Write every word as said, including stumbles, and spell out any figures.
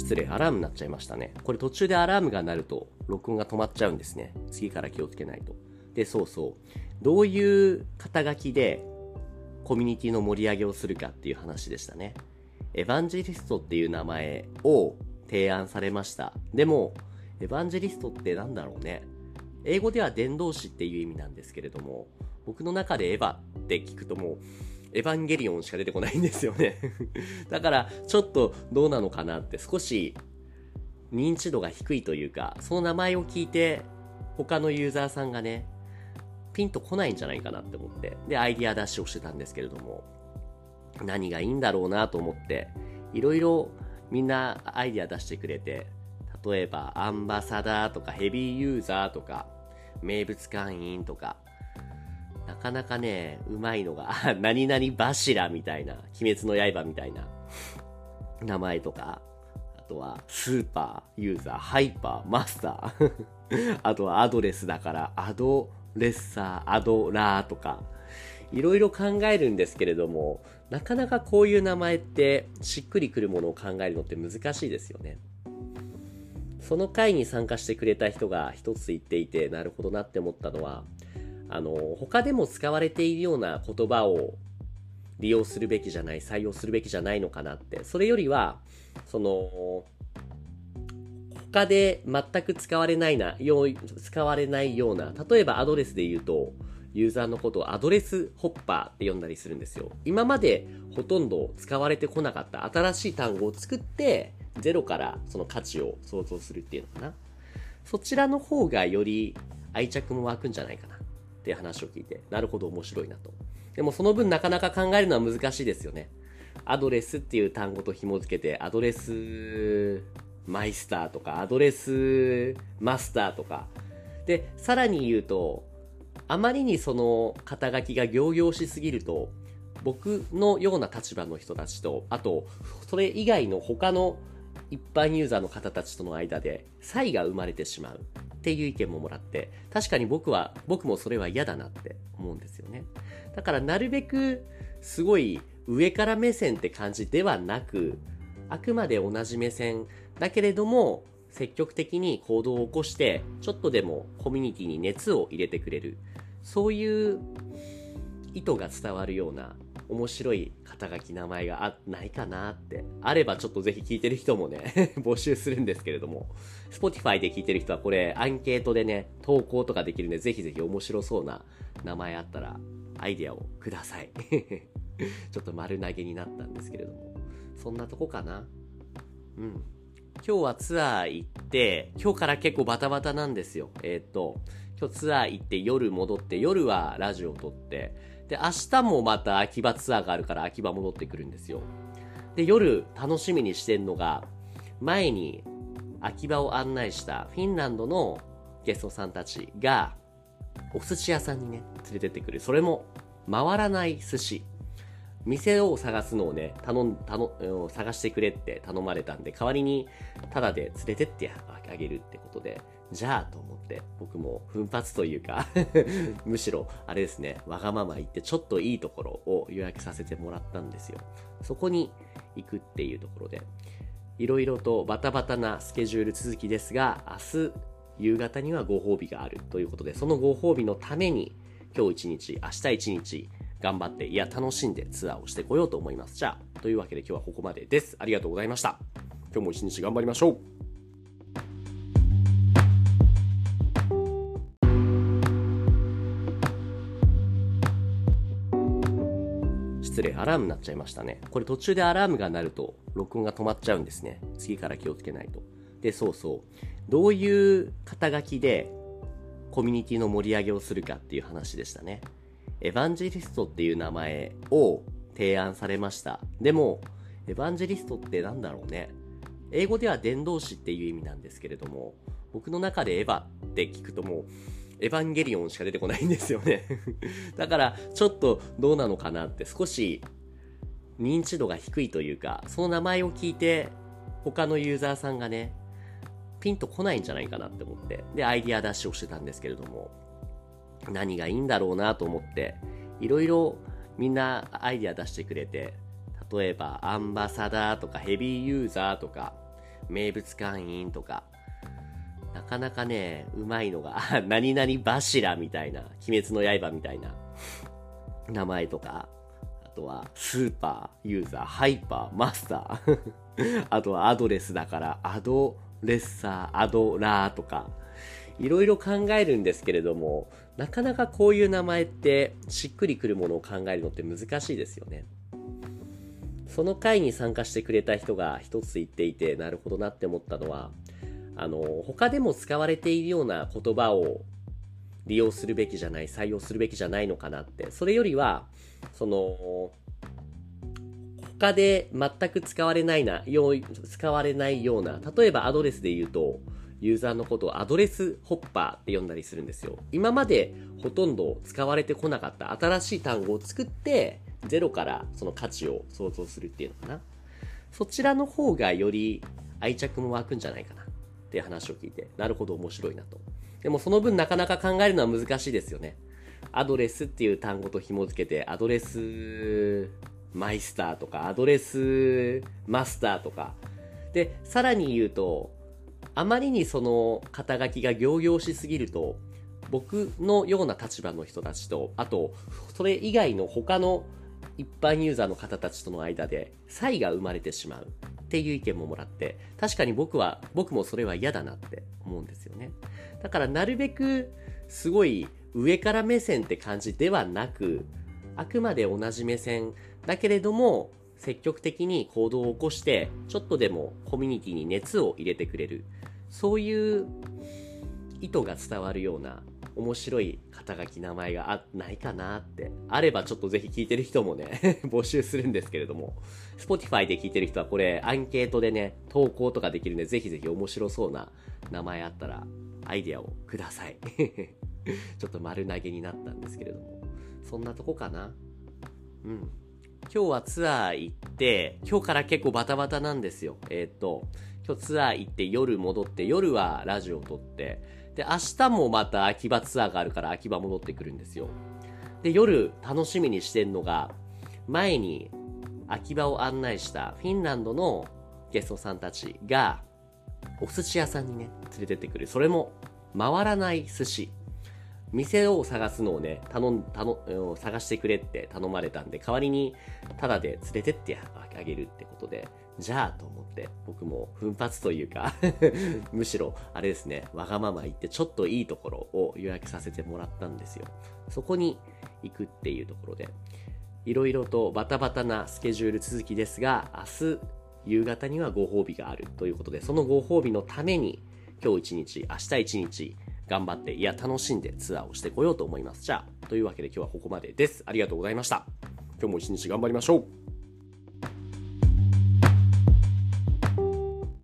失礼、アラームになっちゃいましたね。これ途中でアラームが鳴ると録音が止まっちゃうんですね。次から気をつけないと。で、そうそう。どういう肩書きでコミュニティの盛り上げをするかっていう話でしたね。エヴァンジェリストっていう名前を提案されました。でも、エヴァンジェリストってなんだろうね。英語では伝道師っていう意味なんですけれども、僕の中でエヴァって聞くともう、エヴァンゲリオンしか出てこないんですよね。だから、ちょっとどうなのかなって少し認知度が低いというか、その名前を聞いて他のユーザーさんがね、ピンとこないんじゃないかなって思って、で、アイディア出しをしてたんですけれども、何がいいんだろうなと思って、いろいろみんなアイディア出してくれて、例えばアンバサダーとかヘビーユーザーとか名物会員とか、なかなかねうまいのが何々柱みたいな、鬼滅の刃みたいな名前とか、あとはスーパーユーザー、ハイパーマスターあとはアドレスだからアドレッサー、アドラーとかいろいろ考えるんですけれども、なかなかこういう名前ってしっくりくるものを考えるのって難しいですよね。その会に参加してくれた人が一つ言っていて、なるほどなって思ったのは、あの他でも使われているような言葉を利用するべきじゃない、採用するべきじゃないのかなって。それよりはその他で全く使われないなよう使われないような、例えばアドレスで言うとユーザーのことをアドレスホッパーって呼んだりするんですよ。今までほとんど使われてこなかった新しい単語を作ってゼロからその価値を想像するっていうのかな。そちらの方がより愛着も湧くんじゃないかなっていう話を聞いて、なるほど面白いなと。でもその分なかなか考えるのは難しいですよね。アドレスっていう単語と紐付けてアドレスマイスターとかアドレスマスターとかで、さらに言うとあまりにその肩書きが仰々しすぎると、僕のような立場の人たちと、あとそれ以外の他の一般ユーザーの方たちとの間で差異が生まれてしまうっていう意見ももらって、確かに僕は僕もそれは嫌だなって思うんですよね。だからなるべくすごい上から目線って感じではなく、あくまで同じ目線だけれども積極的に行動を起こしてちょっとでもコミュニティに熱を入れてくれる、そういう意図が伝わるような面白い肩書き名前があないかなって、あればちょっとぜひ聞いてる人もね募集するんですけれども、 Spotify で聞いてる人はこれアンケートでね投稿とかできるんで、ぜひぜひ面白そうな名前あったらアイデアをくださいちょっと丸投げになったんですけれども、そんなとこかな。うん、今日はツアー行って、今日から結構バタバタなんですよ。えー、っと今日ツアー行って夜戻って、夜はラジオを撮って、で明日もまた秋葉ツアーがあるから秋葉戻ってくるんですよ。で夜楽しみにしてんのが、前に秋葉を案内したフィンランドのゲストさんたちがお寿司屋さんにね連れてってくる。それも回らない寿司、店を探すのをね頼ん頼探してくれって頼まれたんで、代わりにタダで連れてってあげるってことで、じゃあと思って僕も奮発というかむしろあれですね、わがまま言ってちょっといいところを予約させてもらったんですよ。そこに行くっていうところで、いろいろとバタバタなスケジュール続きですが、明日夕方にはご褒美があるということで、そのご褒美のために今日一日、明日一日頑張って、いや楽しんでツアーをしてこようと思います。じゃあというわけで今日はここまでです。ありがとうございました。今日も一日頑張りましょう。失礼、アラームになっちゃいましたね。これ途中でアラームが鳴ると録音が止まっちゃうんですね。次から気をつけないと。で、そうそう。どういう肩書きでコミュニティの盛り上げをするかっていう話でしたね。エヴァンジェリストっていう名前を提案されました。でも、エヴァンジェリストってなんだろうね。英語では伝道師っていう意味なんですけれども、僕の中でエヴァって聞くともう、エヴァンゲリオンしか出てこないんですよねだからちょっとどうなのかなって、少し認知度が低いというか、その名前を聞いて他のユーザーさんがねピンとこないんじゃないかなって思って、でアイディア出しをしてたんですけれども、何がいいんだろうなと思って、いろいろみんなアイディア出してくれて、例えばアンバサダーとかヘビーユーザーとか名物会員とか、なかなかね、うまいのが、何々柱みたいな、鬼滅の刃みたいな名前とか、あとはスーパー、ユーザー、ハイパー、マスター、あとはアドレスだから、アドレッサー、アドラーとか、いろいろ考えるんですけれども、なかなかこういう名前ってしっくりくるものを考えるのって難しいですよね。その会に参加してくれた人が一つ言っていて、なるほどなって思ったのは、あの、他でも使われているような言葉を利用するべきじゃない、採用するべきじゃないのかなって。それよりは、その、他で全く使われないな、よう、使われないような、例えばアドレスで言うと、ユーザーのことをアドレスホッパーって呼んだりするんですよ。今までほとんど使われてこなかった新しい単語を作って、ゼロからその価値を想像するっていうのかな。そちらの方がより愛着も湧くんじゃないかなっていう話を聞いて、なるほど面白いなと。でもその分なかなか考えるのは難しいですよね。アドレスっていう単語と紐付けて、アドレスマイスターとか、アドレスマスターとか。で、さらに言うと、あまりにその肩書きが仰々しすぎると、僕のような立場の人たちと、あと、それ以外の他の一般ユーザーの方たちとの間で差異が生まれてしまうっていう意見ももらって、確かに僕は、僕もそれは嫌だなって思うんですよね。だからなるべくすごい上から目線って感じではなく、あくまで同じ目線だけれども、積極的に行動を起こして、ちょっとでもコミュニティに熱を入れてくれる。そういう意図が伝わるような面白い肩書き名前があないかなって。あればちょっとぜひ聞いてる人もね、募集するんですけれども。Spotify で聞いてる人はこれアンケートでね、投稿とかできるんで、ぜひぜひ面白そうな名前あったらアイデアをください。ちょっと丸投げになったんですけれども。そんなとこかな。うん。今日はツアー行って、今日から結構バタバタなんですよ。えっと、今日ツアー行って夜戻って、夜はラジオを撮って、で、明日もまた秋葉ツアーがあるから秋葉戻ってくるんですよ。で、夜楽しみにしてんのが、前に秋葉を案内したフィンランドのゲストさんたちが、お寿司屋さんにね、連れてってくる。それも、回らない寿司。店を探すのをね、頼ん、頼、探してくれって頼まれたんで、代わりにタダで連れてってあげるってことで、じゃあと思って、僕も奮発というか、むしろ、あれですね、わがまま言ってちょっといいところを予約させてもらったんですよ。そこに行くっていうところで、いろいろとバタバタなスケジュール続きですが、明日夕方にはご褒美があるということで、そのご褒美のために、今日一日、明日一日、頑張って、いや、楽しんでツアーをしてこようと思います。じゃあ、というわけで今日はここまでです。ありがとうございました。今日も一日頑張りましょう。